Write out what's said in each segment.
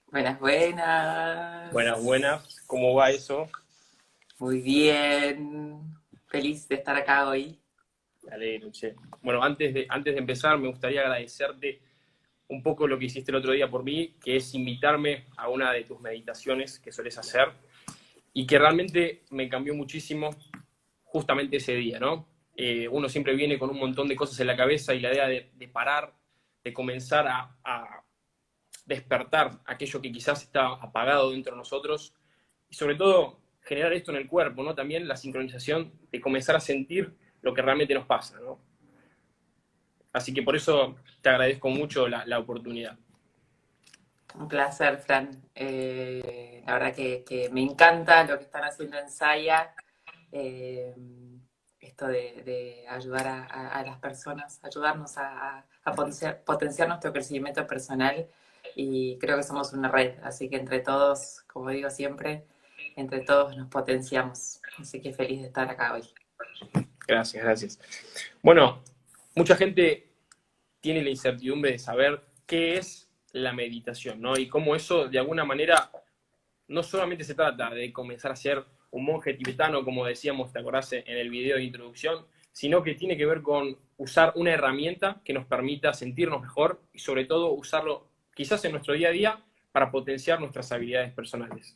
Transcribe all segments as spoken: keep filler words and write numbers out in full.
Buenas, buenas. Buenas, buenas. ¿Cómo va eso? Muy bien. Feliz de estar acá hoy. Me alegro, che. Bueno, antes de, antes de empezar, me gustaría agradecerte un poco lo que hiciste el otro día por mí, que es invitarme a una de tus meditaciones que sueles hacer y que realmente me cambió muchísimo justamente ese día, ¿no? Eh, uno siempre viene con un montón de cosas en la cabeza y la idea de, de parar, de comenzar a, a despertar aquello que quizás está apagado dentro de nosotros y sobre todo generar esto en el cuerpo, ¿no? También la sincronización de comenzar a sentir lo que realmente nos pasa, ¿no? Así que por eso te agradezco mucho la, la oportunidad. Un placer, Fran. Eh, la verdad que, que me encanta lo que están haciendo en Saya. Eh, esto de, de ayudar a, a- a las personas, ayudarnos a, a- a potenciar, potenciar nuestro crecimiento personal. Y creo que somos una red. Así que entre todos, como digo siempre, entre todos nos potenciamos. Así que feliz de estar acá hoy. Gracias, gracias. Bueno, mucha gente tiene la incertidumbre de saber qué es la meditación, ¿no? Y cómo eso, de alguna manera, no solamente se trata de comenzar a ser un monje tibetano, como decíamos, te acordás en el video de introducción, sino que tiene que ver con usar una herramienta que nos permita sentirnos mejor y sobre todo usarlo quizás en nuestro día a día para potenciar nuestras habilidades personales.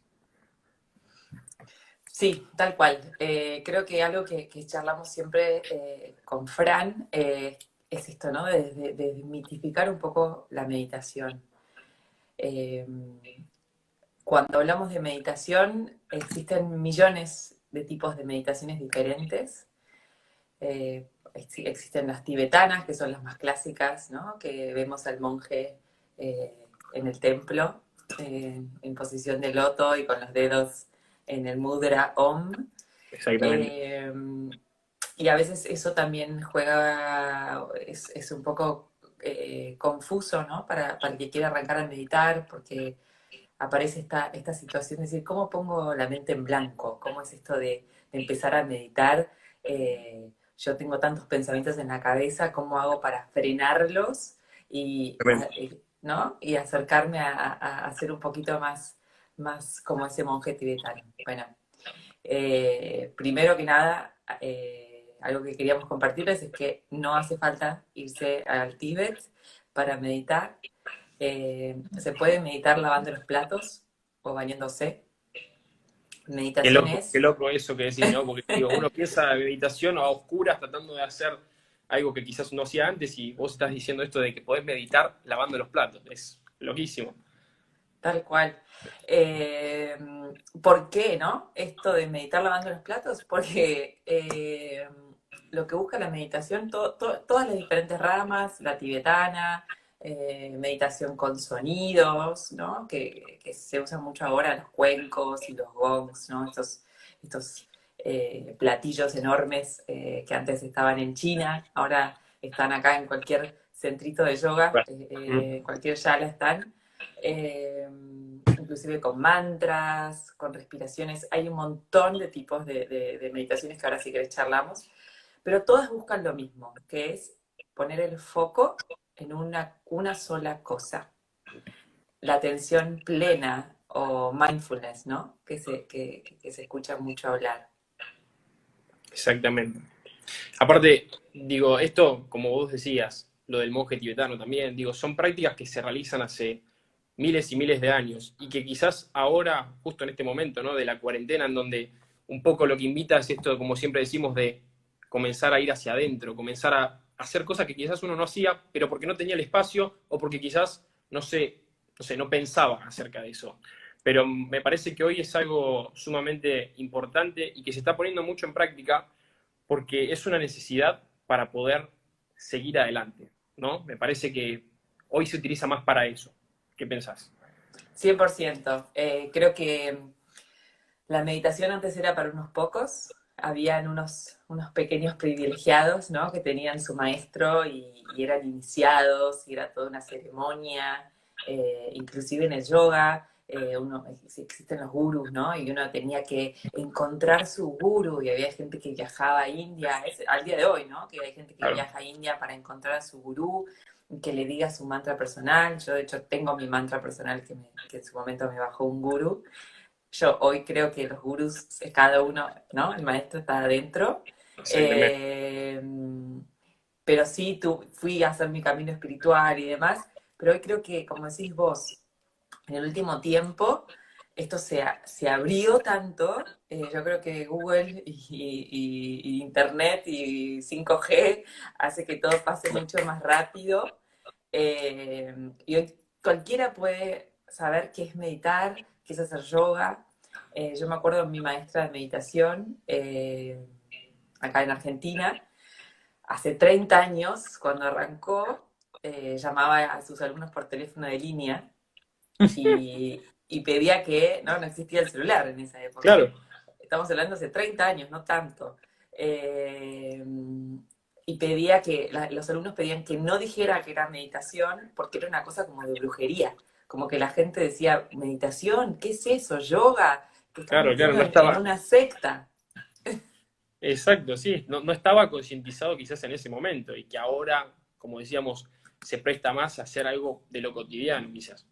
Sí, tal cual. Eh, creo que algo que, que charlamos siempre eh, con Fran eh, es esto, ¿no? De, de- de desmitificar un poco la meditación. Eh, Cuando hablamos de meditación, existen millones de tipos de meditaciones diferentes. Eh, ex- existen las tibetanas, que son las más clásicas, ¿no? Que vemos al monje eh, en el templo, eh, en posición de loto y con los dedos en el mudra Om. Exactamente. Eh, y a veces eso también juega, es, es un poco eh, confuso, ¿no? Para, para el que quiera arrancar a meditar, porque aparece esta, esta situación de decir, ¿cómo pongo la mente en blanco? ¿Cómo es esto de, de empezar a meditar? Eh, yo tengo tantos pensamientos en la cabeza, ¿cómo hago para frenarlos y, ¿no? y acercarme a, a, a ser un poquito más, más como ese monje tibetano? Bueno, eh, primero que nada, eh, algo que queríamos compartirles es que no hace falta irse al Tíbet para meditar. Eh, se puede meditar lavando los platos o bañándose. Qué Meditación loco, qué es, loco eso que decís, ¿no? Porque digo, uno piensa la meditación a oscuras tratando de hacer algo que quizás no hacía antes y vos estás diciendo esto de que podés meditar lavando los platos. Es loquísimo. tal cual. Eh, ¿Por qué, no? Esto de meditar lavando los platos, porque eh, lo que busca la meditación, to- to- todas las diferentes ramas, la tibetana, eh, meditación con sonidos, ¿no? Que, que se usan mucho ahora los cuencos y los gongs, ¿no? Estos, estos eh, platillos enormes eh, que antes estaban en China, ahora están acá en cualquier centrito de yoga, eh, eh, en cualquier yala están eh, inclusive con mantras, con respiraciones. Hay un montón de tipos de, de, de meditaciones que ahora si querés charlamos, pero todas buscan lo mismo, que es poner el foco en una, una sola cosa. La atención plena o mindfulness, ¿no? Que se, que, que se escucha mucho hablar. Exactamente. Aparte, digo, esto, como vos decías, lo del monje tibetano también, digo, son prácticas que se realizan hace miles y miles de años y que quizás ahora, justo en este momento, ¿no? De la cuarentena, en donde un poco lo que invita es esto, como siempre decimos, de comenzar a ir hacia adentro, comenzar a hacer cosas que quizás uno no hacía, pero porque no tenía el espacio o porque quizás no sé, no sé, no pensaba acerca de eso. Pero me parece que hoy es algo sumamente importante y que se está poniendo mucho en práctica porque es una necesidad para poder seguir adelante, ¿no? Me parece que hoy se utiliza más para eso. ¿Qué pensás? cien por ciento. Eh, creo que la meditación antes era para unos pocos, habían unos, unos pequeños privilegiados, ¿no? Que tenían su maestro y, y eran iniciados, y era toda una ceremonia, eh, inclusive en el yoga, eh, uno, existen los gurús, ¿no? Y uno tenía que encontrar su gurú, y había gente que viajaba a India, es, al día de hoy, ¿no? Que hay gente que Claro. viaja a India para encontrar a su gurú, que le diga su mantra personal. Yo, de hecho, tengo mi mantra personal que, me, que en su momento me bajó un gurú. Yo hoy creo que los gurús, cada uno, ¿no? El maestro está adentro. Exactamente. Eh, pero sí, tú, fui a hacer mi camino espiritual y demás. Pero hoy creo que, como decís vos, en el último tiempo esto se, se abrió tanto, eh, yo creo que Google y, y, y Internet y cinco G hace que todo pase mucho más rápido, eh, y hoy cualquiera puede saber qué es meditar, qué es hacer yoga. Eh, yo me acuerdo de mi maestra de meditación, eh, acá en Argentina, hace treinta años, cuando arrancó, eh, llamaba a sus alumnos por teléfono de línea y, y pedía que, no, no existía el celular en esa época. Claro, Estamos hablando hace treinta años, no tanto. Eh, y pedía que, la, los alumnos pedían que no dijera que era meditación, porque era una cosa como de brujería. Como que la gente decía, meditación, ¿qué es eso? Yoga, te estás claro, claro, metiendo no en, en estaba. una secta. Exacto, sí, no, no estaba concientizado quizás en ese momento y que ahora, como decíamos, se presta más a hacer algo de lo cotidiano, quizás.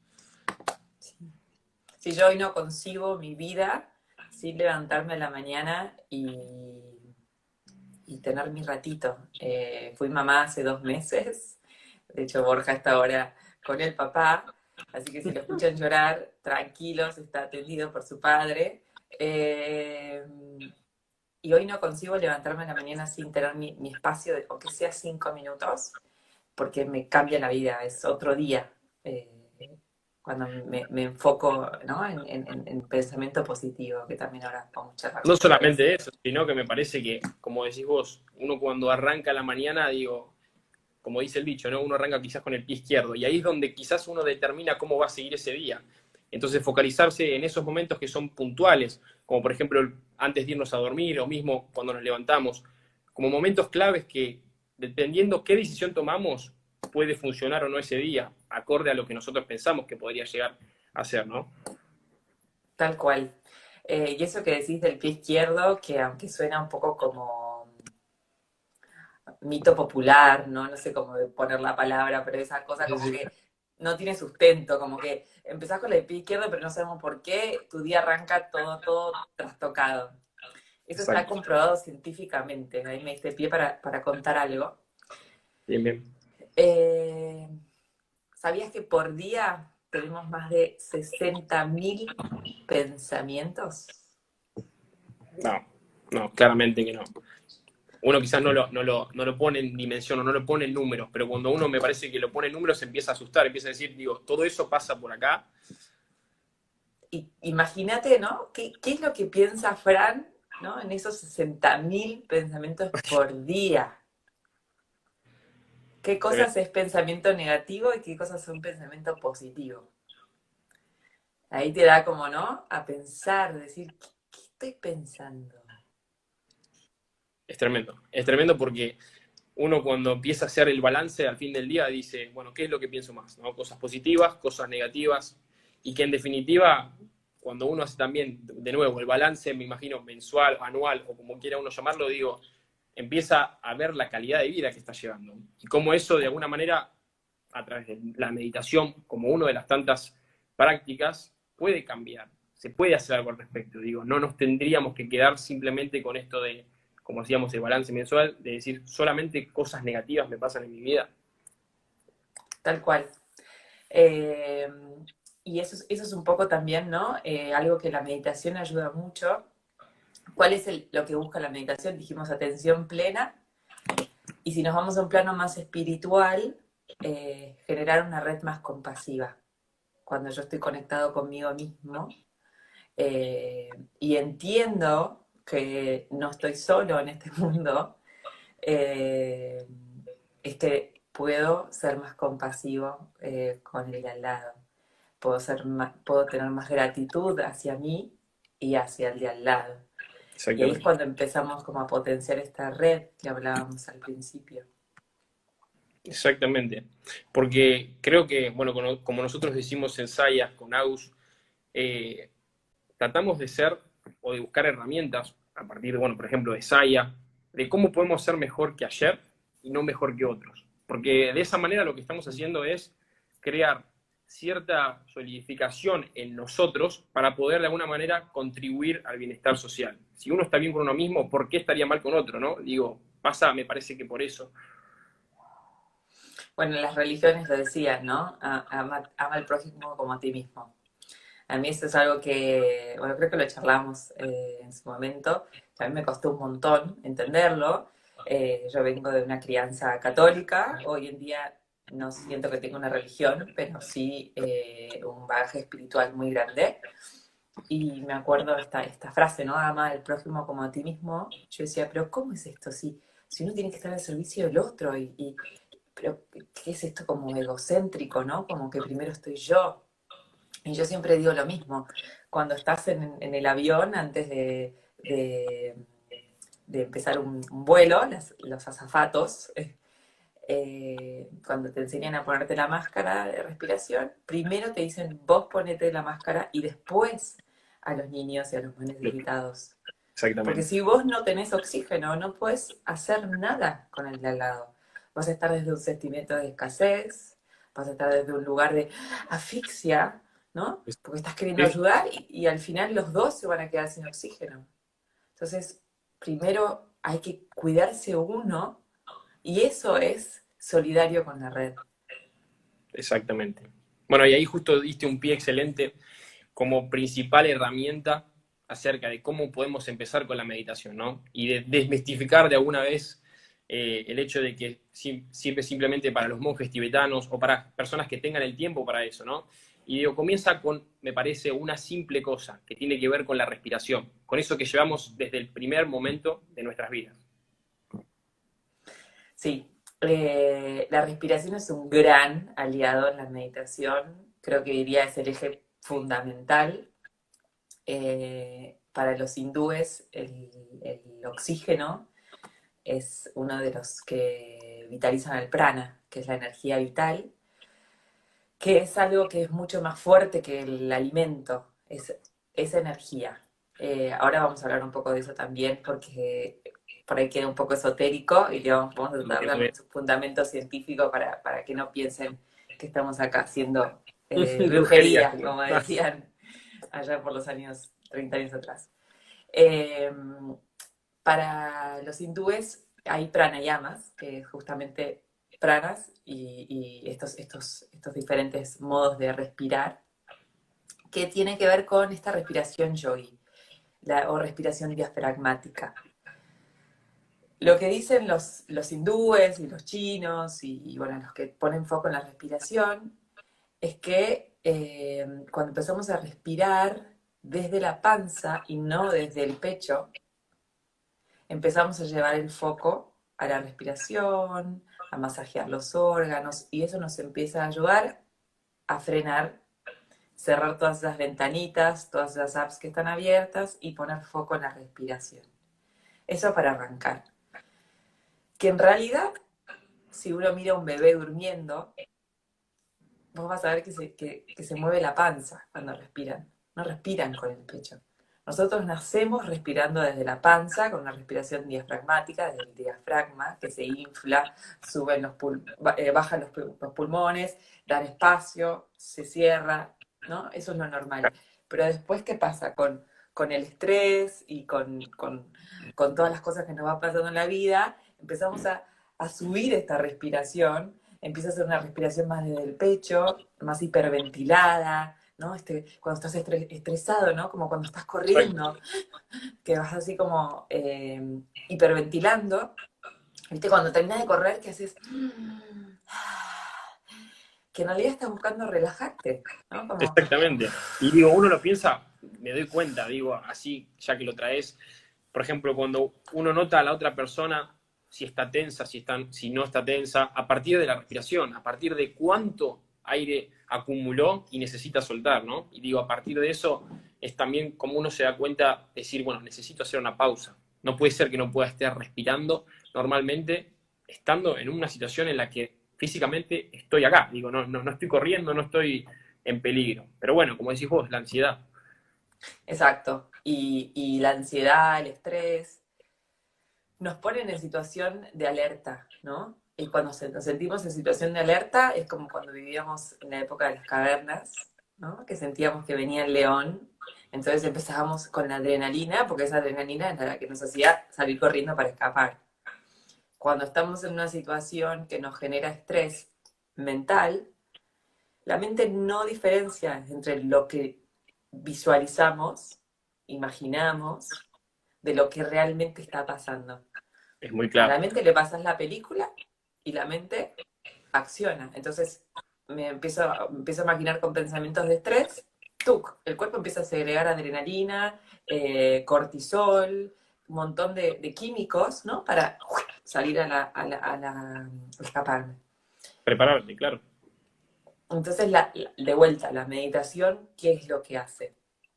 Si yo hoy no concibo mi vida sin levantarme a la mañana y, y tener mi ratito. Eh, fui mamá hace dos meses, de hecho Borja está ahora con el papá, así que si lo escuchan llorar, tranquilos, está atendido por su padre. Eh, y hoy no consigo levantarme a la mañana sin tener mi, mi espacio, de, aunque sea cinco minutos, porque me cambia la vida, es otro día. Eh, cuando me, me enfoco, ¿no? en, en, en pensamiento positivo, que también ahora vamos a charlar No sobre eso. solamente eso, sino que me parece que, como decís vos, uno cuando arranca la mañana, digo, como dice el dicho, ¿no? Uno arranca quizás con el pie izquierdo y ahí es donde quizás uno determina cómo va a seguir ese día. Entonces, focalizarse en esos momentos que son puntuales, como por ejemplo antes de irnos a dormir o mismo cuando nos levantamos, como momentos claves que, dependiendo qué decisión tomamos, puede funcionar o no ese día, acorde a lo que nosotros pensamos que podría llegar a ser, ¿no? Tal cual. Eh, y eso que decís del pie izquierdo, que aunque suena un poco como mito popular, ¿no? No sé cómo poner la palabra, pero esa cosa Sí, como sí. que no tiene sustento, como que empezás con el pie izquierdo, pero no sabemos por qué, tu día arranca todo, todo trastocado. Eso está Exacto. comprobado científicamente. Ahí me diste pie para, para contar algo. Bien, bien. Eh, ¿Sabías que por día tenemos más de sesenta mil pensamientos? No, no, claramente que no. Uno quizás no lo, no, lo, no lo pone en dimensión o no lo pone en números, pero cuando uno me parece que lo pone en números se empieza a asustar, empieza a decir, digo, todo eso pasa por acá. Y imagínate, ¿no? ¿Qué, ¿Qué es lo que piensa Fran, ¿no? En esos sesenta mil pensamientos por día? ¿Qué cosas Tremendo. es pensamiento negativo y qué cosas son pensamiento positivo? Ahí te da como, ¿no? A pensar, decir, ¿qué, qué estoy pensando? Es tremendo. Es tremendo porque uno cuando empieza a hacer el balance al fin del día dice, bueno, ¿qué es lo que pienso más? ¿No? Cosas positivas, cosas negativas, y que en definitiva, cuando uno hace también, de nuevo, el balance, me imagino, mensual, anual, o como quiera uno llamarlo, digo, empieza a ver la calidad de vida que está llevando. Y cómo eso, de alguna manera, a través de la meditación, como una de las tantas prácticas, puede cambiar. Se puede hacer algo al respecto. Digo, no nos tendríamos que quedar simplemente con esto de, como decíamos, el balance mensual, de decir solamente cosas negativas me pasan en mi vida. Tal cual. Eh, y eso, es- eso es un poco también, ¿no? Eh, algo que la meditación ayuda mucho. ¿Cuál es el- lo que busca la meditación? Dijimos atención plena. Y si nos vamos a un plano más espiritual, eh, generar una red más compasiva. Cuando yo estoy conectado conmigo mismo, eh, y entiendo que no estoy solo en este mundo, eh, es que puedo ser más compasivo, eh, con el de al lado. Puedo, ser más, puedo tener más gratitud hacia mí y hacia el de al lado. Y ahí es Exactamente. cuando empezamos como a potenciar esta red que hablábamos al principio. Exactamente. Porque creo que, bueno, como nosotros decimos en Sayas, con Aus, eh, tratamos de ser o de buscar herramientas a partir, bueno, por ejemplo, de Saya, de cómo podemos ser mejor que ayer y no mejor que otros. porque de esa manera lo que estamos haciendo es crear cierta solidificación en nosotros para poder de alguna manera contribuir al bienestar social. Si uno está bien con uno mismo, ¿por qué estaría mal con otro, no? Digo, pasa, me parece que por eso. Bueno, las religiones lo decían, ¿no? A- Ama, ama al prójimo como a ti mismo. A mí eso es algo que, bueno, creo que lo charlamos eh, en su momento. A mí me costó un montón entenderlo. Eh, yo vengo de una crianza católica. Hoy en día no siento que tenga una religión, pero sí eh, un bagaje espiritual muy grande. Y me acuerdo esta, esta frase, ¿no? Ama al prójimo como a ti mismo. Yo decía, pero ¿cómo es esto? Si, si uno tiene que estar al servicio del otro y, y pero ¿qué es esto como egocéntrico, ¿no? Como que primero estoy yo. Y yo siempre digo lo mismo, cuando estás en, en el avión antes de, de, de empezar un, un vuelo, las, los azafatos, eh, cuando te enseñan a ponerte la máscara de respiración, primero te dicen vos ponete la máscara y después a los niños y a los más necesitados. Porque Exactamente. si vos no tenés oxígeno, no puedes hacer nada con el de al lado. Vas a estar desde un sentimiento de escasez, vas a estar desde un lugar de asfixia, ¿no? Porque estás queriendo Sí, ayudar y, y al final los dos se van a quedar sin oxígeno. Entonces, primero hay que cuidarse uno y eso es solidario con la red. exactamente. Bueno, y ahí justo diste un pie excelente como principal herramienta acerca de cómo podemos empezar con la meditación, ¿no? Y de desmistificar de alguna vez eh, el hecho de que sirve simplemente para los monjes tibetanos o para personas que tengan el tiempo para eso, ¿no? Y digo, comienza con, me parece, una simple cosa que tiene que ver con la respiración, con eso que llevamos desde el primer momento de nuestras vidas. Sí, eh, la respiración es un gran aliado en la meditación. Creo que diría es el eje fundamental. Eh, para los hindúes el, el oxígeno es uno de los que vitalizan el prana, que es la energía vital, que es algo que es mucho más fuerte que el alimento, es esa energía. Eh, ahora vamos a hablar un poco de eso también, porque por ahí queda un poco esotérico y le vamos, vamos a tratar de darle su fundamento científico para, para que no piensen que estamos acá haciendo eh, Brujería. brujería, como decían allá por los años, treinta años atrás. Eh, para los hindúes hay pranayamas, que es justamente pranas y, y estos, estos, estos diferentes modos de respirar, que tienen que ver con esta respiración yogi, la, o respiración diafragmática. Lo que dicen los, los hindúes y los chinos y, y, bueno, los que ponen foco en la respiración es que eh, cuando empezamos a respirar desde la panza y no desde el pecho, empezamos a llevar el foco a la respiración, a masajear los órganos y eso nos empieza a ayudar a frenar, cerrar todas esas ventanitas, todas esas apps que están abiertas y poner foco en la respiración. Eso para arrancar. Que en realidad, si uno mira a un bebé durmiendo, vos vas a ver que se, que, que se mueve la panza cuando respiran. No respiran con el pecho. Nosotros nacemos respirando desde la panza, con una respiración diafragmática, desde el diafragma, que se infla, suben los pul eh, bajan los, los, pulmones, dan espacio, se cierra, ¿no? Eso es lo normal. Pero después, ¿qué pasa? Con, con el estrés y con, con, con todas las cosas que nos van pasando en la vida, empezamos a, a subir esta respiración, empieza a ser una respiración más desde el pecho, más hiperventilada, ¿no? Este, cuando estás estresado, ¿no? Como cuando estás corriendo, que vas así como eh, hiperventilando. ¿Viste? Cuando terminas de correr, que haces... que en realidad estás buscando relajarte, ¿no? Como... Exactamente. Y digo, uno lo piensa, me doy cuenta, digo, así, ya que lo traes, por ejemplo, cuando uno nota a la otra persona si está tensa, si, está, si no está tensa, a partir de la respiración, a partir de cuánto aire acumuló y necesita soltar, ¿no? Y digo, a partir de eso es también como uno se da cuenta, decir, bueno, necesito hacer una pausa. No puede ser que no pueda estar respirando normalmente, estando en una situación en la que físicamente estoy acá. Digo, no, no, no estoy corriendo, no estoy en peligro. Pero bueno, como decís vos, la ansiedad. Exacto. Y, y la ansiedad, el estrés, nos ponen en situación de alerta, ¿no? Y cuando se- nos sentimos en situación de alerta, es como cuando vivíamos en la época de las cavernas, ¿no? Que sentíamos que venía el león. Entonces empezábamos con la adrenalina, porque esa adrenalina era la que nos hacía salir corriendo para escapar. Cuando estamos en una situación que nos genera estrés mental, la mente no diferencia entre lo que visualizamos, imaginamos, de lo que realmente está pasando. Es muy A claro. la mente le pasas la película y la mente acciona. Entonces me empiezo, empiezo a maquinar con pensamientos de estrés, ¡tuc! El cuerpo empieza a segregar adrenalina, eh, cortisol, un montón de, de químicos, ¿no? Para ¡uf! Salir a la, a la, a la escaparme. Prepararte, claro. Entonces, la, la, de vuelta, la meditación, ¿qué es lo que hace?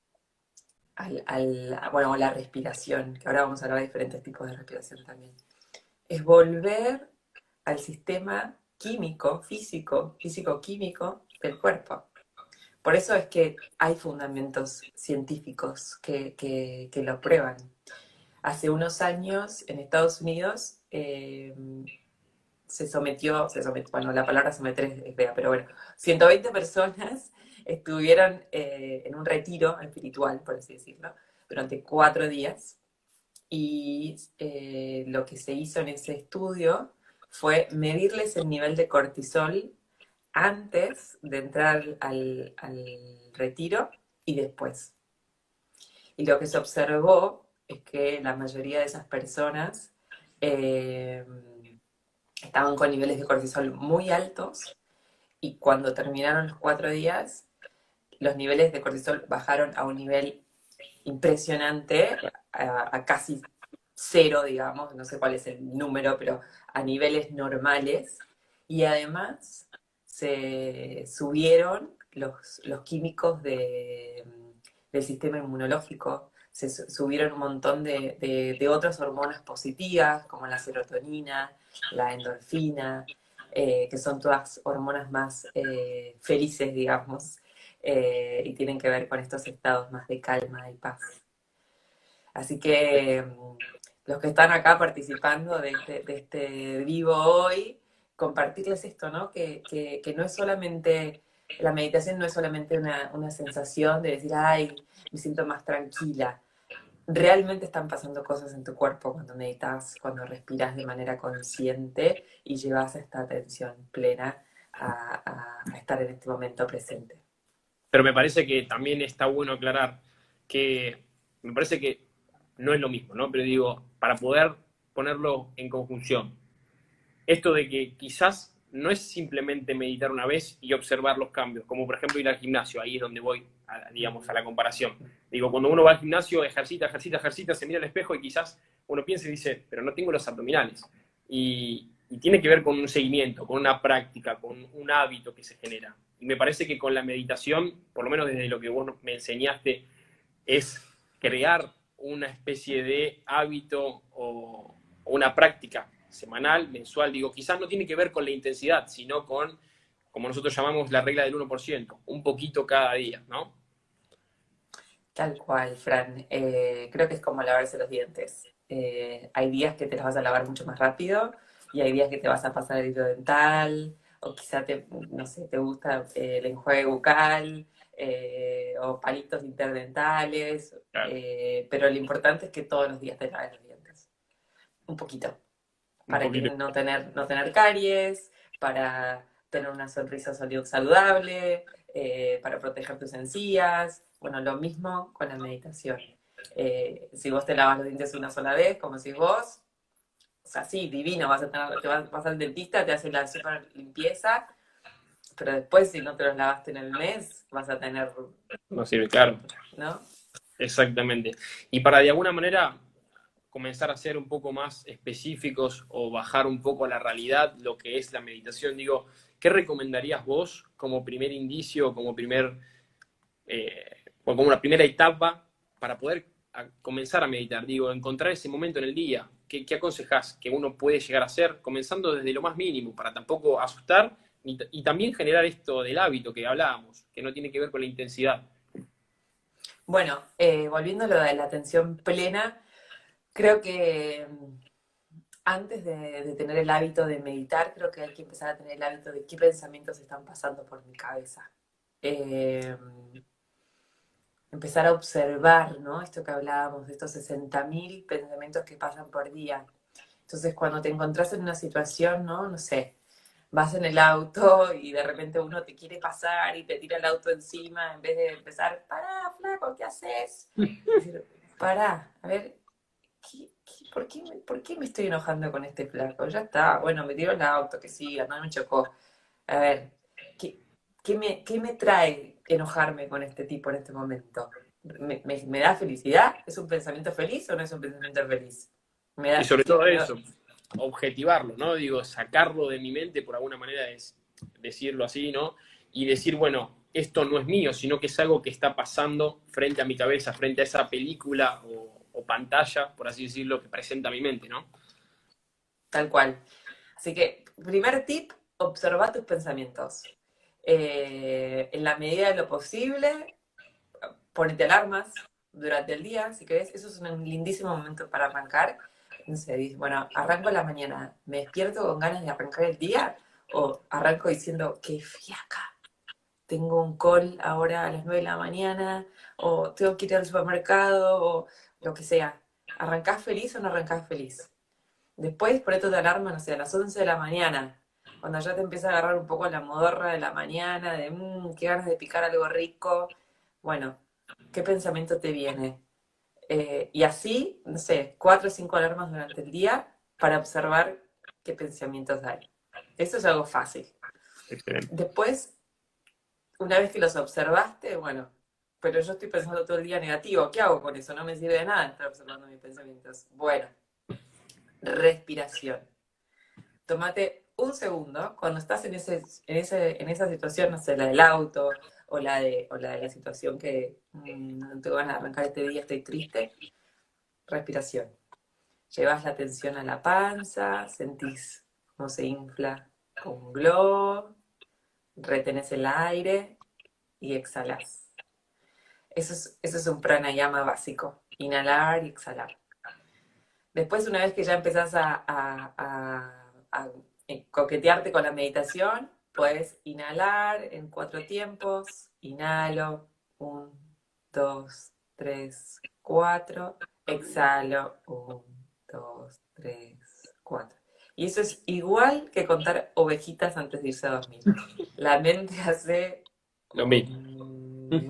Al, al, bueno, la respiración, que ahora vamos a hablar de diferentes tipos de respiración también. Es volver al sistema químico, físico, físico-químico del cuerpo. Por eso es que hay fundamentos científicos que, que, que lo prueban. Hace unos años en Estados Unidos eh, se sometió, se sometió, bueno, la palabra someter es, es fea, pero bueno, ciento veinte personas estuvieron eh, en un retiro espiritual, por así decirlo, durante cuatro días. Y eh, lo que se hizo en ese estudio fue medirles el nivel de cortisol antes de entrar al, al retiro y después. Y lo que se observó es que la mayoría de esas personas eh, estaban con niveles de cortisol muy altos y cuando terminaron los cuatro días, los niveles de cortisol bajaron a un nivel impresionante, a, a casi cero, digamos, no sé cuál es el número, pero a niveles normales. Y además se subieron los, los químicos de, del sistema inmunológico, se subieron un montón de, de, de otras hormonas positivas, como la serotonina, la endorfina, eh, que son todas hormonas más eh, felices, digamos, eh, y tienen que ver con estos estados más de calma y paz. Así que los que están acá participando de este, de este vivo hoy, compartirles esto, ¿no? Que, que, que no es solamente, la meditación no es solamente una, una sensación de decir, ay, me siento más tranquila. Realmente están pasando cosas en tu cuerpo cuando meditas, cuando respiras de manera consciente y llevas esta atención plena a, a, a estar en este momento presente. Pero me parece que también está bueno aclarar que me parece que no es lo mismo, ¿no? Pero digo, para poder ponerlo en conjunción, esto de que quizás no es simplemente meditar una vez y observar los cambios, como por ejemplo ir al gimnasio, ahí es donde voy, a, digamos, a la comparación. Digo, cuando uno va al gimnasio, ejercita, ejercita, ejercita, se mira al espejo y quizás uno piensa y dice, pero no tengo los abdominales. Y, y tiene que ver con un seguimiento, con una práctica, con un hábito que se genera. Y me parece que con la meditación, por lo menos desde lo que vos me enseñaste, es crear una especie de hábito o, o una práctica semanal, mensual, digo, quizás no tiene que ver con la intensidad, sino con, como nosotros llamamos, la regla del uno por ciento, un poquito cada día, ¿no? Tal cual, Fran. Eh, creo que es como lavarse los dientes. Eh, hay días que te los vas a lavar mucho más rápido y hay días que te vas a pasar el hilo dental o quizá te, no sé, te gusta eh, el enjuague bucal eh, o palitos interdentales, Claro, eh, pero lo importante es que todos los días te laves los dientes. Un poquito. un Para que poquito. no tener, no tener caries, para tener una sonrisa saludable, eh, para proteger tus encías. Bueno, lo mismo con la meditación. Eh, si vos te lavas los dientes una sola vez, como si vos, o sea, sí, divino, vas, a tener, te vas, vas al dentista, te hace la super limpieza, pero después si no te los lavaste en el mes, vas a tener, No sirve, claro, ¿no? exactamente. Y para de alguna manera comenzar a ser un poco más específicos o bajar un poco a la realidad lo que es la meditación, digo, ¿qué recomendarías vos como primer indicio, como primer eh, o como una primera etapa para poder a comenzar a meditar? Digo, encontrar ese momento en el día. ¿Qué, qué aconsejás que uno puede llegar a hacer, comenzando desde lo más mínimo, para tampoco asustar y, y también generar esto del hábito que hablábamos, que no tiene que ver con la intensidad? Bueno, eh, volviendo a lo de la atención plena, creo que antes de, de tener el hábito de meditar, creo que hay que empezar a tener el hábito de qué pensamientos están pasando por mi cabeza. Eh, empezar a observar, ¿no? Esto que hablábamos, de estos sesenta mil pensamientos que pasan por día. Entonces, cuando te encontrás en una situación, ¿no? No sé, vas en el auto y de repente uno te quiere pasar y te tira el auto encima, en vez de empezar, pará, flaco, ¿qué haces? Decir, pará, a ver, ¿qué, qué, por, qué me, ¿por qué me estoy enojando con este flaco? Ya está, bueno, me tiró el auto, que siga, no me chocó. A ver, ¿qué, qué me, qué me trae enojarme con este tipo en este momento? ¿Me, me, me da felicidad? ¿Es un pensamiento feliz o no es un pensamiento feliz? Me Y da, sobre ¿qué, todo me, eso, objetivarlo, ¿no? Digo, sacarlo de mi mente, por alguna manera es decirlo así, ¿no? Y decir, bueno, esto no es mío, sino que es algo que está pasando frente a mi cabeza, frente a esa película o, o pantalla, por así decirlo, que presenta mi mente, ¿no? tal cual. Así que, primer tip, observa tus pensamientos. Eh, en la medida de lo posible, ponete alarmas durante el día, si querés. Eso es un lindísimo momento para arrancar. No sé, dices, bueno, arranco la mañana, ¿me despierto con ganas de arrancar el día? ¿O arranco diciendo, qué fiaca, tengo un call ahora a las nueve de la mañana? ¿O tengo que ir al supermercado? O lo que sea. ¿Arrancás feliz o no arrancás feliz? Después ponete tu alarma, no sé, a las once de la mañana, cuando ya te empieza a agarrar un poco la modorra de la mañana, de mmm, qué ganas de picar algo rico. Bueno, ¿qué pensamiento te viene? Eh, y así, no sé, cuatro o cinco alarmas durante el día para observar qué pensamientos hay. Eso es algo fácil. Excelente. Después, una vez que los observaste, bueno, pero yo estoy pensando todo el día negativo, ¿qué hago con eso? No me sirve de nada estar observando mis pensamientos. Bueno, respiración. Tómate un segundo cuando estás en, ese, en, ese, en esa situación, no sé, la del auto o la de, o la, de la situación que mmm, no tengo ganas de arrancar este día, estoy triste. Respiración. Llevas la atención a la panza, sentís cómo se infla como un globo, retenés el aire y exhalás. Eso es, eso es un pranayama básico, inhalar y exhalar. Después, una vez que ya empezás a, a, a, a coquetearte con la meditación, puedes inhalar en cuatro tiempos. Inhalo, un, dos, tres, cuatro. Exhalo, un, dos, tres, cuatro. Y eso es igual que contar ovejitas antes de irse a dormir. La mente hace... Lo mismo. Um...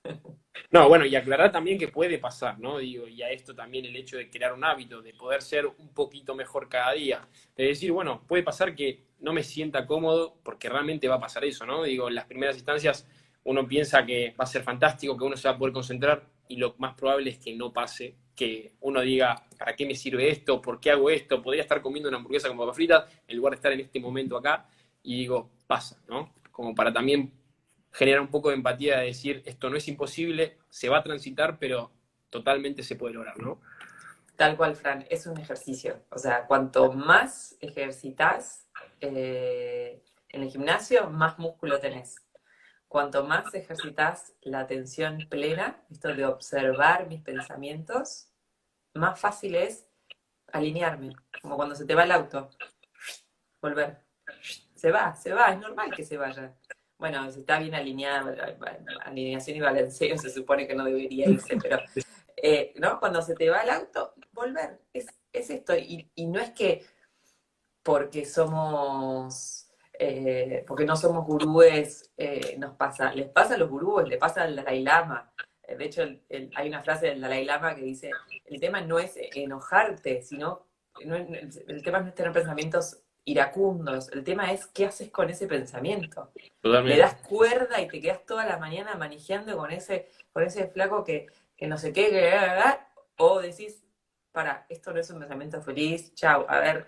No, bueno, y aclarar también que puede pasar, ¿no? Digo, y a esto también el hecho de crear un hábito, de poder ser un poquito mejor cada día, de decir, bueno, puede pasar que no me sienta cómodo, porque realmente va a pasar eso, ¿no? Digo, en las primeras instancias uno piensa que va a ser fantástico, que uno se va a poder concentrar, y lo más probable es que no pase, que uno diga, ¿para qué me sirve esto? ¿Por qué hago esto? Podría estar comiendo una hamburguesa con papas fritas en lugar de estar en este momento acá, y digo, pasa, ¿no? Como para también genera un poco de empatía de decir, esto no es imposible, se va a transitar, pero totalmente se puede lograr, ¿no? Tal cual, Fran, es un ejercicio. O sea, cuanto más ejercitas eh, en el gimnasio, más músculo tenés. Cuanto más ejercitas la atención plena, esto de observar mis pensamientos, más fácil es alinearme. Como cuando se te va el auto, volver. Se va, se va, es normal que se vaya. Bueno, si está bien alineada, alineación y balanceo se supone que no debería irse, pero eh, ¿no? Cuando se te va el auto, volver. Es, es esto. Y, y no es que porque somos, eh, porque no somos gurúes, eh, nos pasa. Les pasa a los gurúes, le pasa al Dalai Lama. Eh, De hecho, el, el, hay una frase del Dalai Lama que dice, el tema no es enojarte, sino, no, el tema no es tener pensamientos iracundos, el tema es qué haces con ese pensamiento. Le Totalmente. das cuerda y te quedas toda la mañana manejando con ese, con ese flaco que, que no sé qué, que, o decís, para, esto no es un pensamiento feliz, chau, a ver,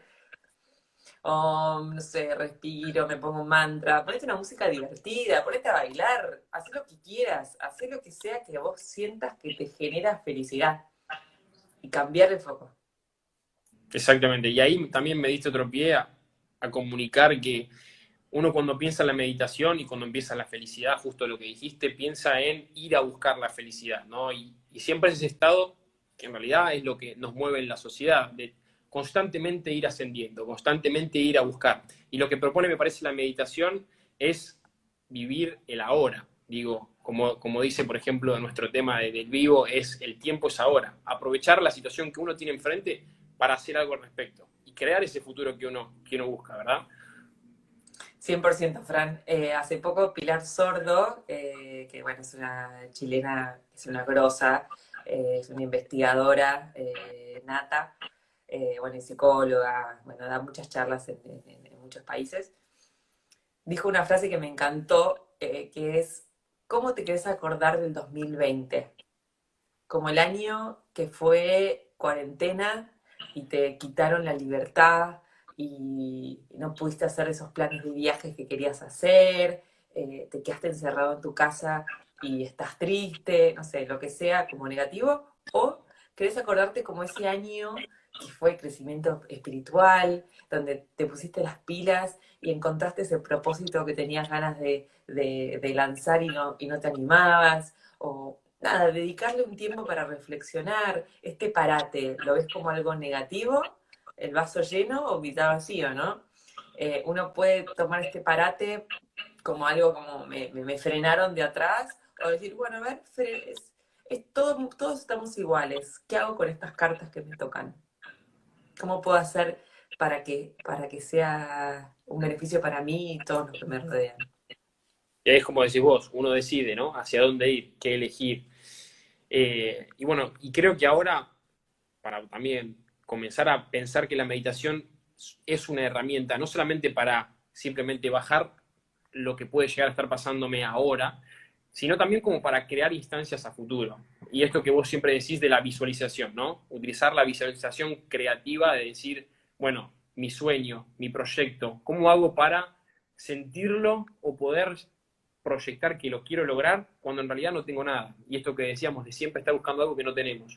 oh, no sé, respiro, me pongo un mantra, ponete una música divertida, ponete a bailar, haz lo que quieras, haz lo que sea que vos sientas que te genera felicidad y cambiar el foco. Exactamente. Y ahí también me diste otro pie a, a comunicar que uno cuando piensa en la meditación y cuando empieza en la felicidad, justo lo que dijiste, piensa en ir a buscar la felicidad, ¿no? Y, y siempre es ese estado que en realidad es lo que nos mueve en la sociedad, de constantemente ir ascendiendo, constantemente ir a buscar. Y lo que propone, me parece, la meditación es vivir el ahora. Digo, como, como dice, por ejemplo, nuestro tema de, del vivo, es el tiempo es ahora. Aprovechar la situación que uno tiene enfrente para hacer algo al respecto y crear ese futuro que uno, que uno busca, ¿verdad? cien por ciento, Fran. Eh, hace poco Pilar Sordo, eh, que bueno, es una chilena, es una grosa, eh, es una investigadora eh, nata, eh, bueno, y psicóloga, bueno, da muchas charlas en, en- en muchos países, dijo una frase que me encantó, eh, que es, ¿cómo te querés acordar del dos mil veinte? Como el año que fue cuarentena y te quitaron la libertad y no pudiste hacer esos planes de viajes que querías hacer, eh, te quedaste encerrado en tu casa y estás triste, no sé, lo que sea como negativo, o querés acordarte como ese año que fue crecimiento espiritual, donde te pusiste las pilas y encontraste ese propósito que tenías ganas de, de- de lanzar y no, y no te animabas, o nada, dedicarle un tiempo para reflexionar, este parate, ¿lo ves como algo negativo? ¿El vaso lleno o mitad vacío, no? Eh, uno puede tomar este parate como algo como me, me- me frenaron de atrás, o decir, bueno, a ver, fre- es, es todo, todos estamos iguales, ¿qué hago con estas cartas que me tocan? ¿Cómo puedo hacer para que, para que sea un beneficio para mí y todos los que me rodean? Y ahí es como decís vos, uno decide, ¿no? Hacia dónde ir, qué elegir. Eh, y bueno, y creo que ahora, para también comenzar a pensar que la meditación es una herramienta, no solamente para simplemente bajar lo que puede llegar a estar pasándome ahora, sino también como para crear instancias a futuro. Y esto que vos siempre decís de la visualización, ¿no? Utilizar la visualización creativa de decir, bueno, mi sueño, mi proyecto, ¿cómo hago para sentirlo o poder proyectar que lo quiero lograr cuando en realidad no tengo nada? Y esto que decíamos de siempre estar buscando algo que no tenemos.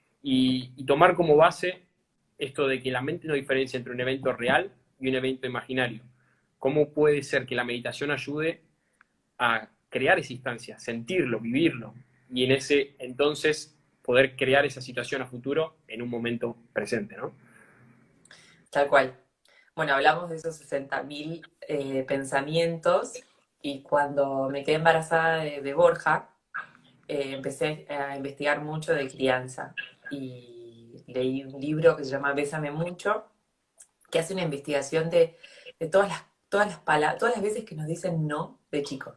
Y, y tomar como base esto de que la mente no diferencia entre un evento real y un evento imaginario. ¿Cómo puede ser que la meditación ayude a crear esa instancia, sentirlo, vivirlo, y en ese entonces poder crear esa situación a futuro en un momento presente, ¿no? Tal cual. Bueno, hablamos de esos sesenta mil eh, pensamientos y cuando me quedé embarazada de, de Borja, eh, empecé a investigar mucho de crianza y leí un libro que se llama Bésame mucho, que hace una investigación de, de todas las, todas las palabras, todas las veces que nos dicen no de chico.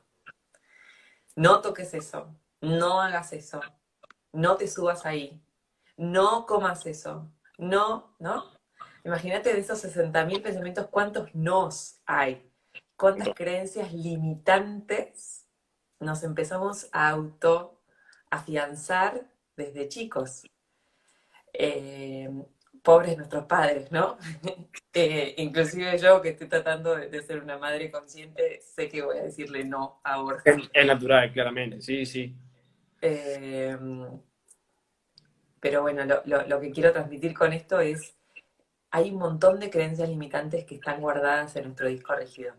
No toques eso, no hagas eso, no te subas ahí, no comas eso, no, ¿no? Imagínate de esos sesenta mil pensamientos, ¿cuántos nos hay? ¿Cuántas creencias limitantes nos empezamos a auto afianzar desde chicos? Eh, pobres nuestros padres, ¿no? Eh, inclusive yo que estoy tratando de, de ser una madre consciente, sé que voy a decirle no a Es, Borja. es natural, claramente, sí, sí. Eh, pero bueno, lo, lo, lo que quiero transmitir con esto es, hay un montón de creencias limitantes que están guardadas en nuestro disco rígido.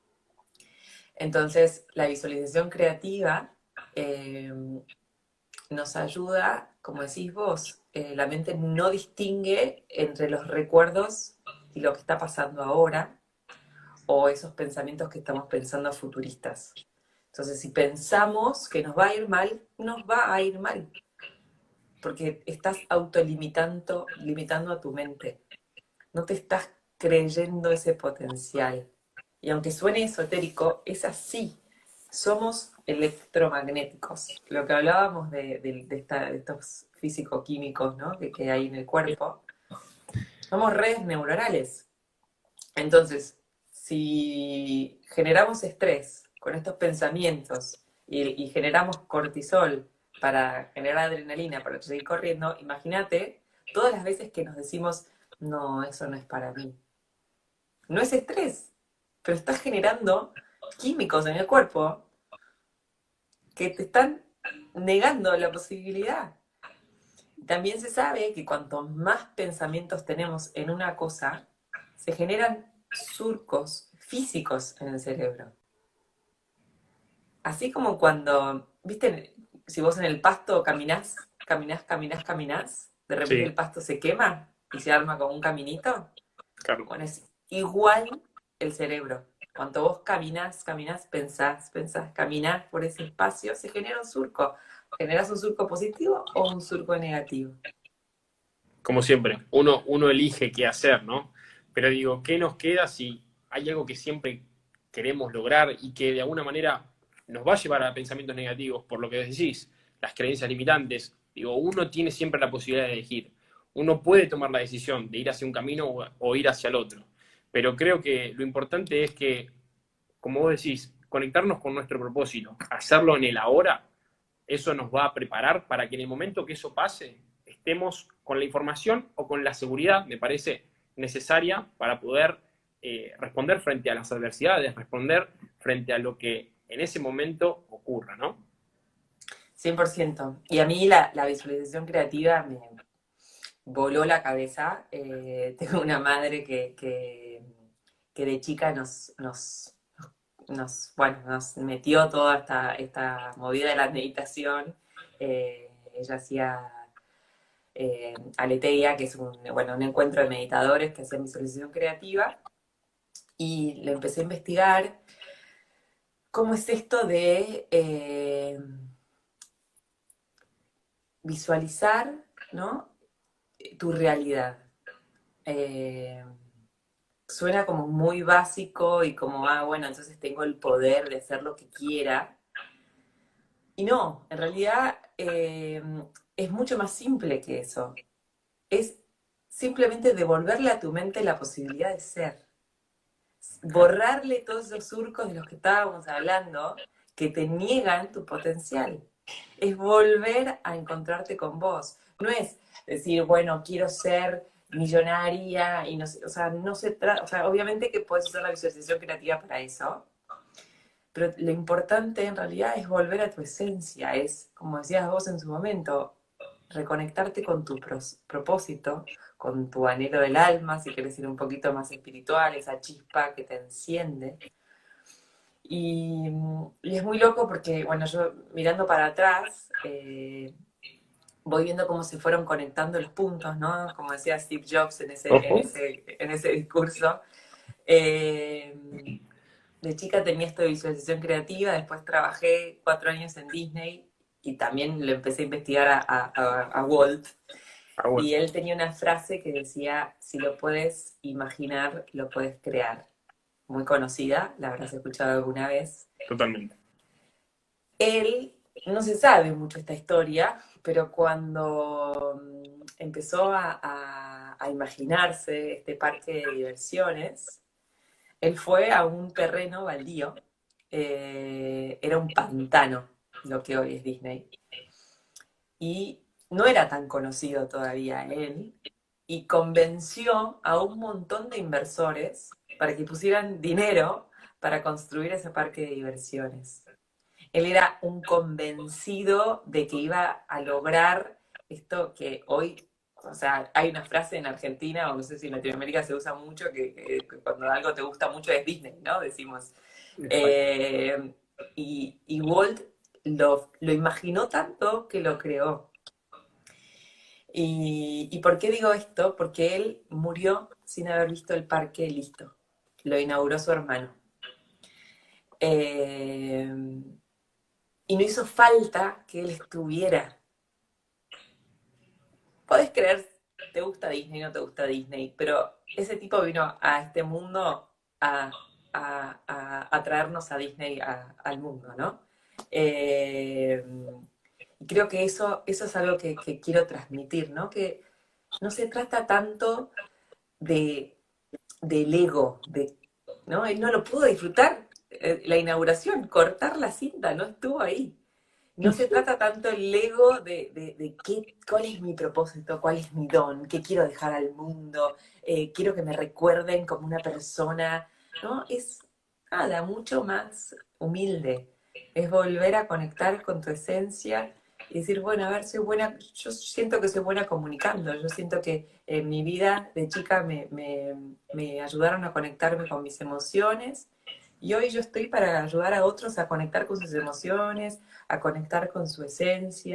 Entonces, la visualización creativa eh, nos ayuda, como decís vos, eh, la mente no distingue entre los recuerdos y lo que está pasando ahora, o esos pensamientos que estamos pensando futuristas. Entonces, si pensamos que nos va a ir mal, nos va a ir mal, porque estás autolimitando limitando a tu mente. No te estás creyendo ese potencial. Y aunque suene esotérico, es así. Somos electromagnéticos. Lo que hablábamos de, de- de esta- de estos físico-químicos, ¿no? que, que hay en el cuerpo, somos redes neuronales. Entonces, si generamos estrés con estos pensamientos y, y generamos cortisol para generar adrenalina, para seguir corriendo, imagínate todas las veces que nos decimos, no, eso no es para mí. No es estrés, pero estás generando químicos en el cuerpo que te están negando la posibilidad. También se sabe que cuanto más pensamientos tenemos en una cosa, se generan surcos físicos en el cerebro. Así como cuando, viste, si vos en el pasto caminás, caminás, caminás, caminás, de repente el Sí, pasto se quema. y se arma como un caminito. Claro. Bueno, es igual el cerebro. Cuando vos caminás, caminás, pensás, pensás, caminás por ese espacio, se genera un surco. ¿Generas un surco positivo o un surco negativo? Como siempre, uno, uno elige qué hacer, ¿no? Pero digo, ¿qué nos queda si hay algo que siempre queremos lograr y que de alguna manera nos va a llevar a pensamientos negativos, por lo que decís, las creencias limitantes? Digo, uno tiene siempre la posibilidad de elegir. Uno puede tomar la decisión de ir hacia un camino o, o ir hacia el otro. Pero creo que lo importante es que, como vos decís, conectarnos con nuestro propósito, hacerlo en el ahora, eso nos va a preparar para que en el momento que eso pase, estemos con la información o con la seguridad, me parece, necesaria para poder eh, responder frente a las adversidades, responder frente a lo que en ese momento ocurra, ¿no? Cien por ciento. Y a mí la, la visualización creativa me voló la cabeza. Eh, tengo una madre que, que, que de chica nos, nos, nos, bueno, nos metió toda esta, esta movida de la meditación. Eh, ella hacía eh, Aletheia, que es un, bueno, un encuentro de meditadores que hacían visualización creativa, y le empecé a investigar cómo es esto de eh, visualizar, ¿no?, tu realidad. Eh, suena como muy básico y como, ah, bueno, entonces tengo el poder de hacer lo que quiera. Y no, en realidad eh, es mucho más simple que eso. Es simplemente devolverle a tu mente la posibilidad de ser. Borrarle todos esos surcos de los que estábamos hablando que te niegan tu potencial. Es volver a encontrarte con vos. No es decir, bueno, quiero ser millonaria y no sé, o sea, no se trata, o sea, obviamente que puedes usar la visualización creativa para eso, pero lo importante en realidad es volver a tu esencia, es, como decías vos en su momento, reconectarte con tu pros, propósito, con tu anhelo del alma, si quieres ir un poquito más espiritual, esa chispa que te enciende. Y, y es muy loco porque, bueno, yo mirando para atrás, eh, voy viendo cómo se fueron conectando los puntos, ¿no? Como decía Steve Jobs en ese, en Ojo. ese, en ese discurso. Eh, de chica tenía esto de visualización creativa, después trabajé cuatro años en Disney y también le empecé a investigar a, a, a Walt. Ah, bueno, Y él tenía una frase que decía, si lo puedes imaginar, lo puedes crear. Muy conocida, la habrás escuchado alguna vez. totalmente. Él, no se sabe mucho esta historia, pero cuando mm, empezó a, a, a imaginarse este parque de diversiones, él fue a un terreno baldío, eh, era un pantano, lo que hoy es Disney, y no era tan conocido todavía él, y convenció a un montón de inversores para que pusieran dinero para construir ese parque de diversiones. Él era un convencido de que iba a lograr esto que hoy, o sea, hay una frase en Argentina, o no sé si en Latinoamérica se usa mucho, que, que cuando algo te gusta mucho es Disney, ¿no? Decimos. Exacto. Eh, y, y Walt lo, lo imaginó tanto que lo creó. Y, ¿Y por qué digo esto? Porque él murió sin haber visto el parque listo. Lo inauguró su hermano. Eh, y no hizo falta que él estuviera. Podés creer, te gusta Disney, no te gusta Disney, pero ese tipo vino a este mundo a, a, a, a traernos a Disney a, al mundo, ¿no? Eh, y creo que eso, eso es algo que, que quiero transmitir, ¿no? Que no se trata tanto de, del ego, de, ¿no? Él no lo pudo disfrutar, eh, la inauguración, cortar la cinta, no estuvo ahí. No se trata tanto el ego de, de, de qué, cuál es mi propósito, cuál es mi don, qué quiero dejar al mundo, eh, quiero que me recuerden como una persona, ¿no? Es nada, mucho más humilde. Es volver a conectar con tu esencia y decir, bueno, a ver, soy buena, yo siento que soy buena comunicando, yo siento que en mi vida de chica me, me, me ayudaron a conectarme con mis emociones y hoy yo estoy para ayudar a otros a conectar con sus emociones, a conectar con su esencia,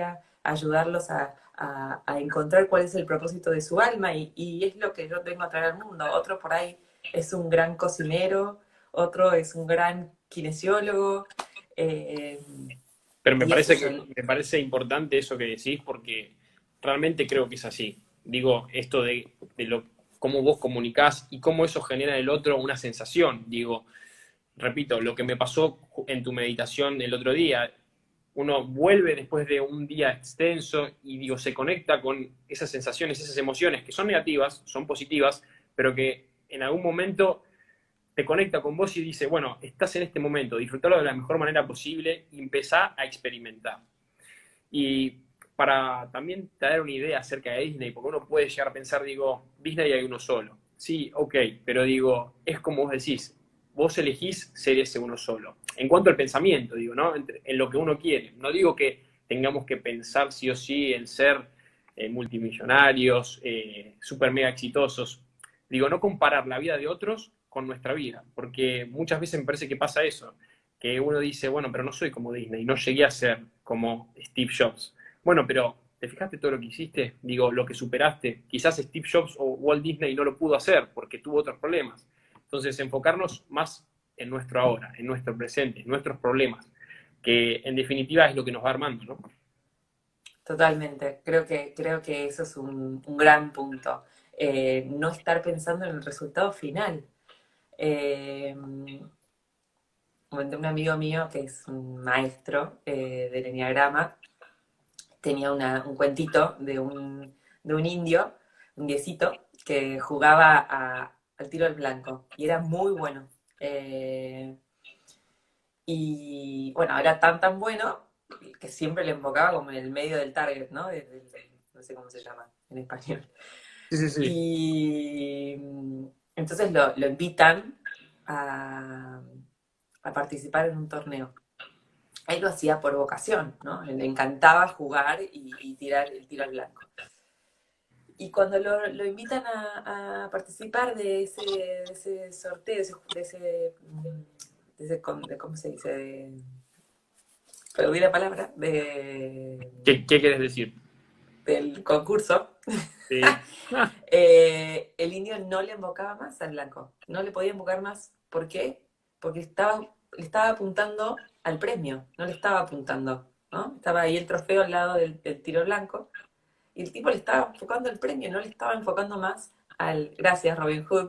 ayudarlos a, a, a encontrar cuál es el propósito de su alma y, y es lo que yo vengo a traer al mundo. Otro por ahí es un gran cocinero, otro es un gran kinesiólogo. Eh, Pero me y eso parece yo, que, me parece importante eso que decís porque realmente creo que es así. Digo, esto de, de lo, cómo vos comunicás y cómo eso genera en el otro una sensación. Digo, repito, lo que me pasó en tu meditación el otro día, uno vuelve después de un día extenso y digo, se conecta con esas sensaciones, esas emociones que son negativas, son positivas, pero que en algún momento te conecta con vos y dice, bueno, estás en este momento, disfrutalo de la mejor manera posible y empezá a experimentar. Y para también traer una idea acerca de Disney, porque uno puede llegar a pensar, digo, Disney hay uno solo. Sí, ok, pero digo, es como vos decís, vos elegís ser ese uno solo. En cuanto al pensamiento, digo, ¿no? En, en lo que uno quiere. No digo que tengamos que pensar sí o sí en ser eh, multimillonarios, eh, super mega exitosos. Digo, no comparar la vida de otros con nuestra vida, porque muchas veces me parece que pasa eso, que uno dice, bueno, pero no soy como Disney, no llegué a ser como Steve Jobs. Bueno, pero ¿te fijaste todo lo que hiciste? Digo, lo que superaste. Quizás Steve Jobs o Walt Disney no lo pudo hacer porque tuvo otros problemas. Entonces, enfocarnos más en nuestro ahora, en nuestro presente, en nuestros problemas, que en definitiva es lo que nos va armando, ¿no? totalmente, creo que, creo que eso es un, un gran punto. Eh, no estar pensando en el resultado final. Eh, un amigo mío que es un maestro eh, del enneagrama tenía una, un cuentito de un, de un indio, un diecito, que jugaba a, al tiro al blanco y era muy bueno. Eh, y bueno, era tan tan bueno que siempre le enfocaba como en el medio del target, ¿no? De, de, de, no sé cómo se llama en español. Sí, sí, sí. Y entonces lo, lo invitan a, a participar en un torneo. Él lo hacía por vocación, ¿no? Le encantaba jugar y, y tirar el tiro al blanco. Y cuando lo, lo invitan a, a, participar de ese, de ese sorteo, de ese, de ese, de ese de, ¿cómo se dice? De, perdí la palabra, de, ¿Qué, qué quieres decir? del concurso, Sí. eh, el indio no le invocaba más al blanco, no le podía invocar más. ¿Por qué? Porque estaba, le estaba apuntando al premio, no le estaba apuntando, ¿no? Estaba ahí el trofeo al lado del, del tiro blanco y el tipo le estaba enfocando al premio, no le estaba enfocando más al, gracias Robin Hood,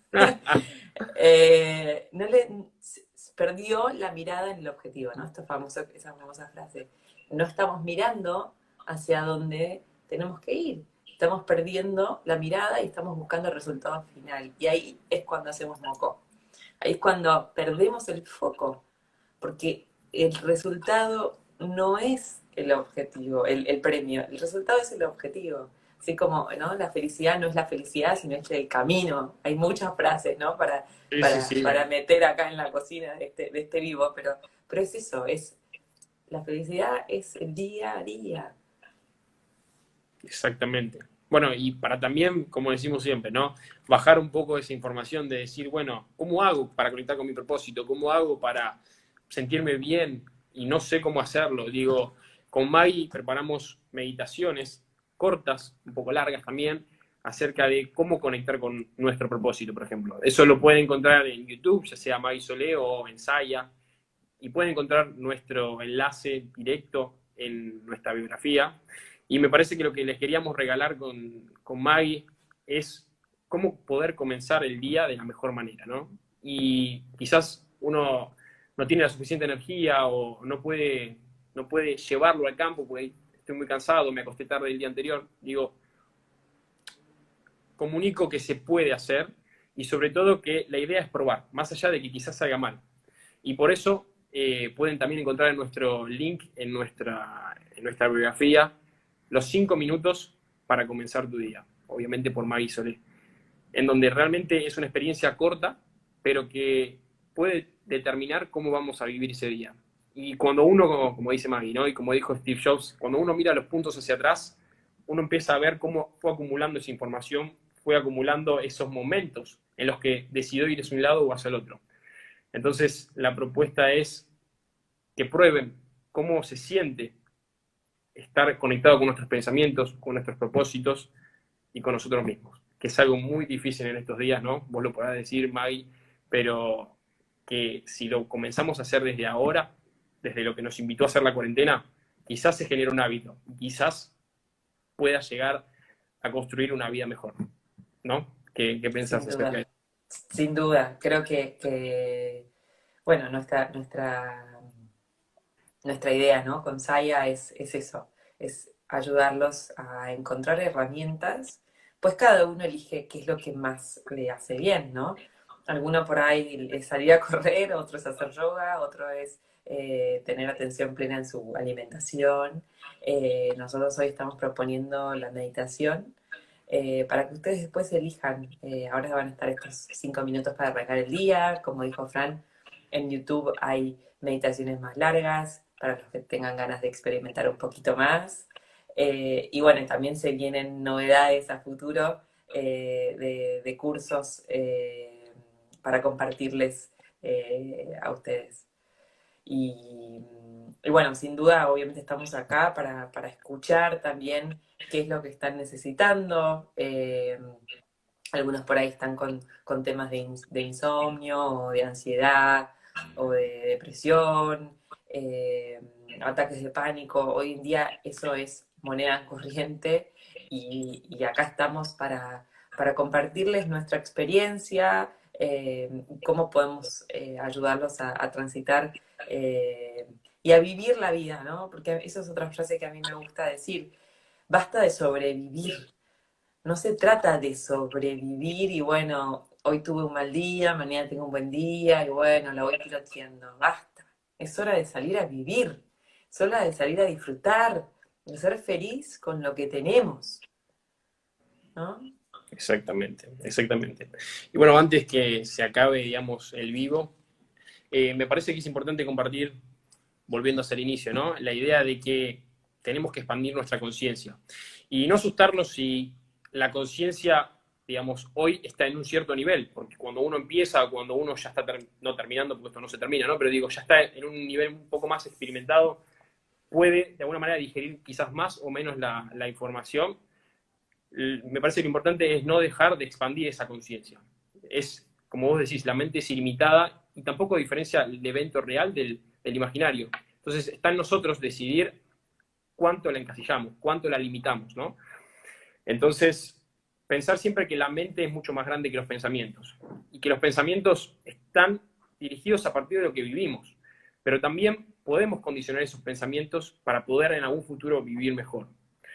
eh, no le, perdió la mirada en el objetivo, ¿no? Esta famosa, esa famosa frase, no estamos mirando hacia donde tenemos que ir, estamos perdiendo la mirada y estamos buscando el resultado final, y ahí es cuando hacemos moco, ahí es cuando perdemos el foco, porque el resultado no es el objetivo, el, el premio, el resultado es el objetivo. Así como, ¿no? La felicidad no es la felicidad, sino es el camino. Hay muchas frases, ¿no? Para, Sí, sí, para, sí. para meter acá en la cocina de este, de este vivo, pero, pero es eso, es la felicidad es el día a día. Exactamente. Bueno, y para también, como decimos siempre, ¿no? Bajar un poco esa información de decir, bueno, ¿cómo hago para conectar con mi propósito? ¿Cómo hago para sentirme bien? Y no sé cómo hacerlo. Digo, con Maggie preparamos meditaciones cortas, un poco largas también, acerca de cómo conectar con nuestro propósito, por ejemplo. Eso lo pueden encontrar en YouTube, ya sea Maggie Solé o en Saya, y pueden encontrar nuestro enlace directo en nuestra biografía. Y me parece que lo que les queríamos regalar con, con Maggie es cómo poder comenzar el día de la mejor manera, ¿no? Y quizás uno no tiene la suficiente energía o no puede, no puede llevarlo al campo porque estoy muy cansado, me acosté tarde el día anterior. Digo, comunico que se puede hacer y sobre todo que la idea es probar, más allá de que quizás salga mal. Y por eso eh, pueden también encontrar en nuestro link, en nuestra, en nuestra biografía, los cinco minutos para comenzar tu día, obviamente por Maggie Solé, en donde realmente es una experiencia corta, pero que puede determinar cómo vamos a vivir ese día. Y cuando uno, como, como dice Maggie, ¿no? Y como dijo Steve Jobs, cuando uno mira los puntos hacia atrás, uno empieza a ver cómo fue acumulando esa información, fue acumulando esos momentos en los que decidió ir hacia un lado o hacia el otro. Entonces, la propuesta es que prueben cómo se siente estar conectado con nuestros pensamientos, con nuestros propósitos y con nosotros mismos, que es algo muy difícil en estos días, ¿no? Vos lo podrás decir, Maggie, pero que si lo comenzamos a hacer desde ahora, desde lo que nos invitó a hacer la cuarentena, quizás se genere un hábito, quizás pueda llegar a construir una vida mejor, ¿no? ¿Qué, qué pensás Sin acerca de duda, eso? sin duda. Creo que, que bueno, nuestra, nuestra, nuestra idea, ¿no? Con Saya es, es eso, es ayudarlos a encontrar herramientas, pues cada uno elige qué es lo que más le hace bien, ¿no? Alguno por ahí es salir a correr, otro es hacer yoga, otro es eh, tener atención plena en su alimentación. Eh, nosotros hoy estamos proponiendo la meditación eh, para que ustedes después elijan. Eh, ahora van a estar estos cinco minutos para arrancar el día. Como dijo Fran, en YouTube hay meditaciones más largas para los que tengan ganas de experimentar un poquito más. Eh, y bueno, también se vienen novedades a futuro eh, de, de, cursos eh, para compartirles eh, a ustedes. Y, y, bueno, sin duda, obviamente estamos acá para, para escuchar también qué es lo que están necesitando. Eh, algunos por ahí están con, con temas de, in, de, insomnio o de ansiedad o de depresión, eh, ataques de pánico. Hoy en día eso es moneda corriente y, y acá estamos para, para compartirles nuestra experiencia, eh, cómo podemos eh, ayudarlos a, a transitar eh, y a vivir la vida, ¿no? Porque eso es otra frase que a mí me gusta decir. Basta de sobrevivir. No se trata de sobrevivir y bueno, hoy tuve un mal día, mañana tengo un buen día y bueno, la voy piloteando. Basta. Es hora de salir a vivir. Es hora de salir a disfrutar, de ser feliz con lo que tenemos, ¿no? Exactamente, exactamente. Y bueno, antes que se acabe, digamos, el vivo, eh, me parece que es importante compartir, volviendo hacia el inicio, ¿no? La idea de que tenemos que expandir nuestra conciencia. Y no asustarnos si la conciencia, digamos, hoy está en un cierto nivel, porque cuando uno empieza, cuando uno ya está, ter no terminando, porque esto no se termina, ¿no? Pero digo, ya está en un nivel un poco más experimentado, puede de alguna manera digerir quizás más o menos la, la información. Me parece que lo importante es no dejar de expandir esa conciencia. Es, como vos decís, la mente es ilimitada y tampoco diferencia el evento real del, del imaginario. Entonces está en nosotros decidir cuánto la encasillamos, cuánto la limitamos, ¿no? Entonces, pensar siempre que la mente es mucho más grande que los pensamientos y que los pensamientos están dirigidos a partir de lo que vivimos, pero también podemos condicionar esos pensamientos para poder en algún futuro vivir mejor.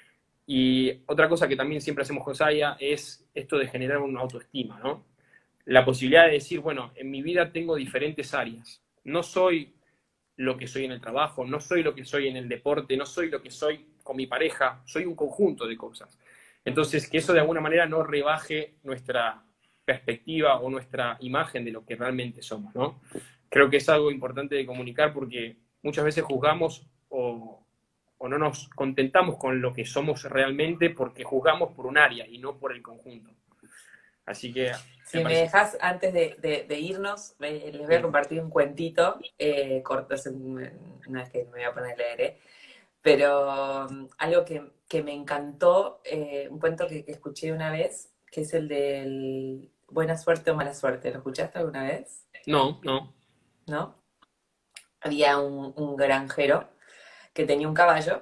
Y otra cosa que también siempre hacemos con Saya es esto de generar una autoestima, ¿no? La posibilidad de decir, bueno, en mi vida tengo diferentes áreas. No soy lo que soy en el trabajo, no soy lo que soy en el deporte, no soy lo que soy con mi pareja, soy un conjunto de cosas. Entonces, que eso de alguna manera no rebaje nuestra perspectiva o nuestra imagen de lo que realmente somos, ¿no? Creo que es algo importante de comunicar porque muchas veces juzgamos o, o no nos contentamos con lo que somos realmente porque juzgamos por un área y no por el conjunto. Así que... Si me, me dejas, antes de, de, de irnos, eh, les voy a compartir un cuentito, eh, corto, no es que me voy a poner a leer, eh, pero um, algo que, que, me encantó, eh, un cuento que, que escuché una vez, que es el del Buena Suerte o Mala Suerte. ¿Lo escuchaste alguna vez? No, no. ¿No? Había un, un granjero que tenía un caballo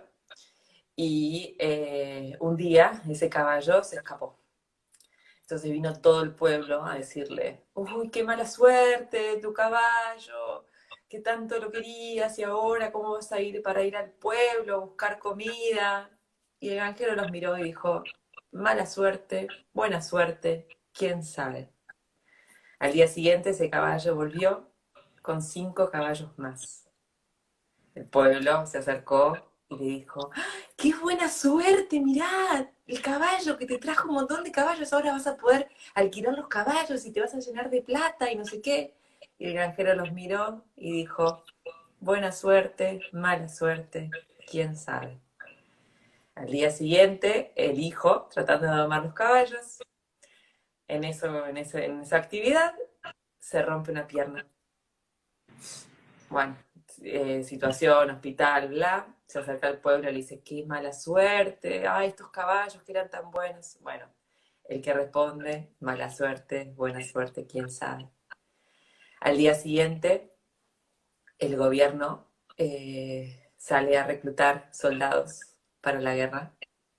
y eh, un día ese caballo se escapó. Entonces vino todo el pueblo a decirle, uy, qué mala suerte, tu caballo, que tanto lo querías y ahora cómo vas a ir para ir al pueblo a buscar comida. Y el granjero los miró y dijo, mala suerte, buena suerte, quién sabe. Al día siguiente ese caballo volvió con cinco caballos más. El pueblo se acercó y le dijo, ¡qué buena suerte! Mirá, el caballo que te trajo un montón de caballos, ahora vas a poder alquilar los caballos y te vas a llenar de plata y no sé qué. Y el granjero los miró y dijo, buena suerte, mala suerte, quién sabe. Al día siguiente, el hijo, tratando de domar los caballos, en, eso, en, ese, en esa actividad, se rompe una pierna. Bueno, eh, situación, hospital, bla. se acerca al pueblo y le dice, qué mala suerte, ay, estos caballos que eran tan buenos. Bueno, el que responde, mala suerte, buena suerte, quién sabe. Al día siguiente, el gobierno eh, sale a reclutar soldados para la guerra.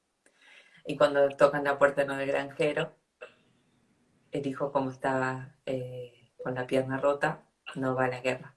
Y cuando tocan la puerta ¿no? del granjero, el hijo, como estaba eh, con la pierna rota, no va a la guerra.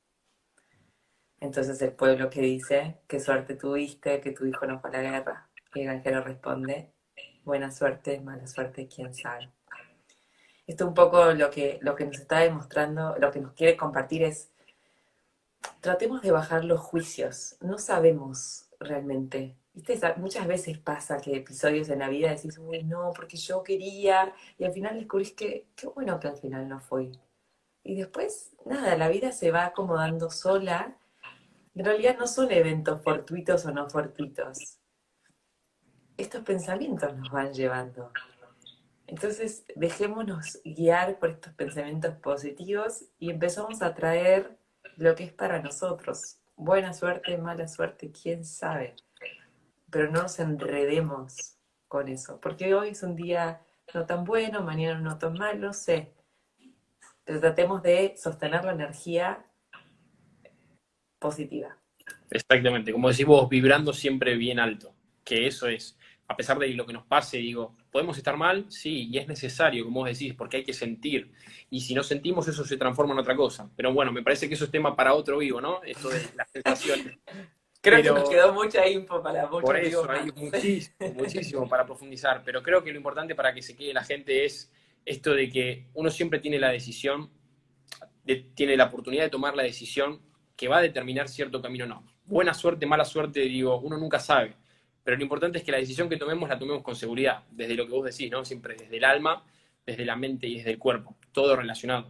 Entonces el pueblo que dice, qué suerte tuviste, que tu hijo no fue a la guerra. Y el granjero responde, buena suerte, mala suerte, quién sabe. Esto un poco lo que, lo que nos está demostrando, lo que nos quiere compartir es, tratemos de bajar los juicios. No sabemos realmente. ¿Viste? Muchas veces pasa que episodios en la vida decís, uy, no, porque yo quería, y al final descubrís que qué bueno que al final no fue. Y después, nada, la vida se va acomodando sola. En realidad no son eventos fortuitos o no fortuitos. Estos pensamientos nos van llevando. Entonces, dejémonos guiar por estos pensamientos positivos y empezamos a traer lo que es para nosotros. Buena suerte, mala suerte, quién sabe. Pero no nos enredemos con eso, porque hoy es un día no tan bueno, mañana no tan mal, no sé. Pero tratemos de sostener la energía positiva. Exactamente, como decís vos, vibrando siempre bien alto, que eso es, a pesar de lo que nos pase, digo, podemos estar mal, sí, y es necesario, como vos decís, porque hay que sentir, y si no sentimos eso se transforma en otra cosa, pero bueno, me parece que eso es tema para otro vivo, ¿no? Esto de las sensaciones, Creo que nos pero quedó mucha info para por muchos vivos eso más. hay muchísimo, muchísimo para profundizar, pero creo que lo importante para que se quede la gente es esto de que uno siempre tiene la decisión, de, tiene la oportunidad de tomar la decisión que va a determinar cierto camino o no. Buena suerte, mala suerte, digo, uno nunca sabe. Pero lo importante es que la decisión que tomemos la tomemos con seguridad, desde lo que vos decís, ¿no? Siempre desde el alma, desde la mente y desde el cuerpo, todo relacionado.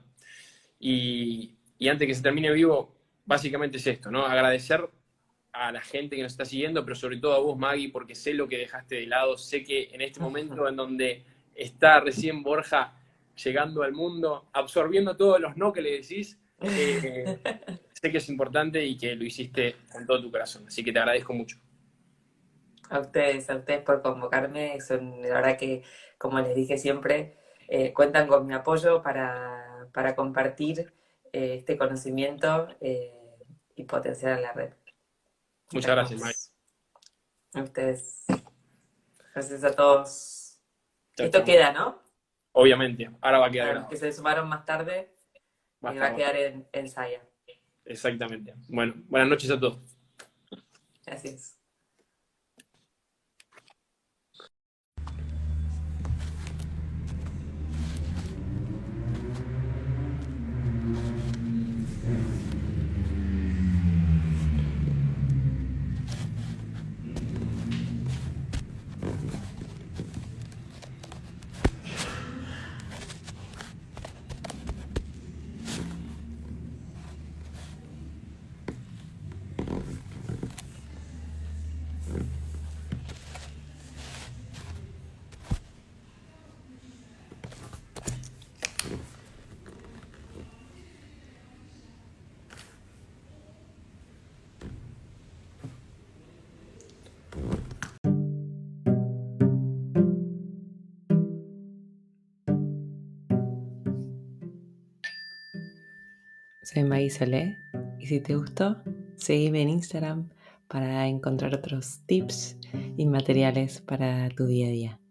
Y, y antes que se termine vivo, básicamente es esto, ¿no? Agradecer a la gente que nos está siguiendo, pero sobre todo a vos, Maggie, porque sé lo que dejaste de lado, sé que en este momento en donde está recién Borja llegando al mundo, absorbiendo todos los no que le decís, eh, sé que es importante y que lo hiciste con todo tu corazón. Así que te agradezco mucho. A ustedes, a ustedes por convocarme. Son, la verdad que, como les dije siempre, eh, cuentan con mi apoyo para, para compartir eh, este conocimiento eh, y potenciar la red. Muchas gracias, Maggie. Hermoso. A ustedes. Gracias a todos. Chao, Esto chao. queda, ¿no? Obviamente, ahora va a quedar Para los grabado. que se sumaron más tarde, Va a eh, va estar, a va a estar. quedar en, en Saya. Exactamente. Bueno, buenas noches a todos. Gracias. Soy Maggie Solé y si te gustó, seguime en Instagram para encontrar otros tips y materiales para tu día a día.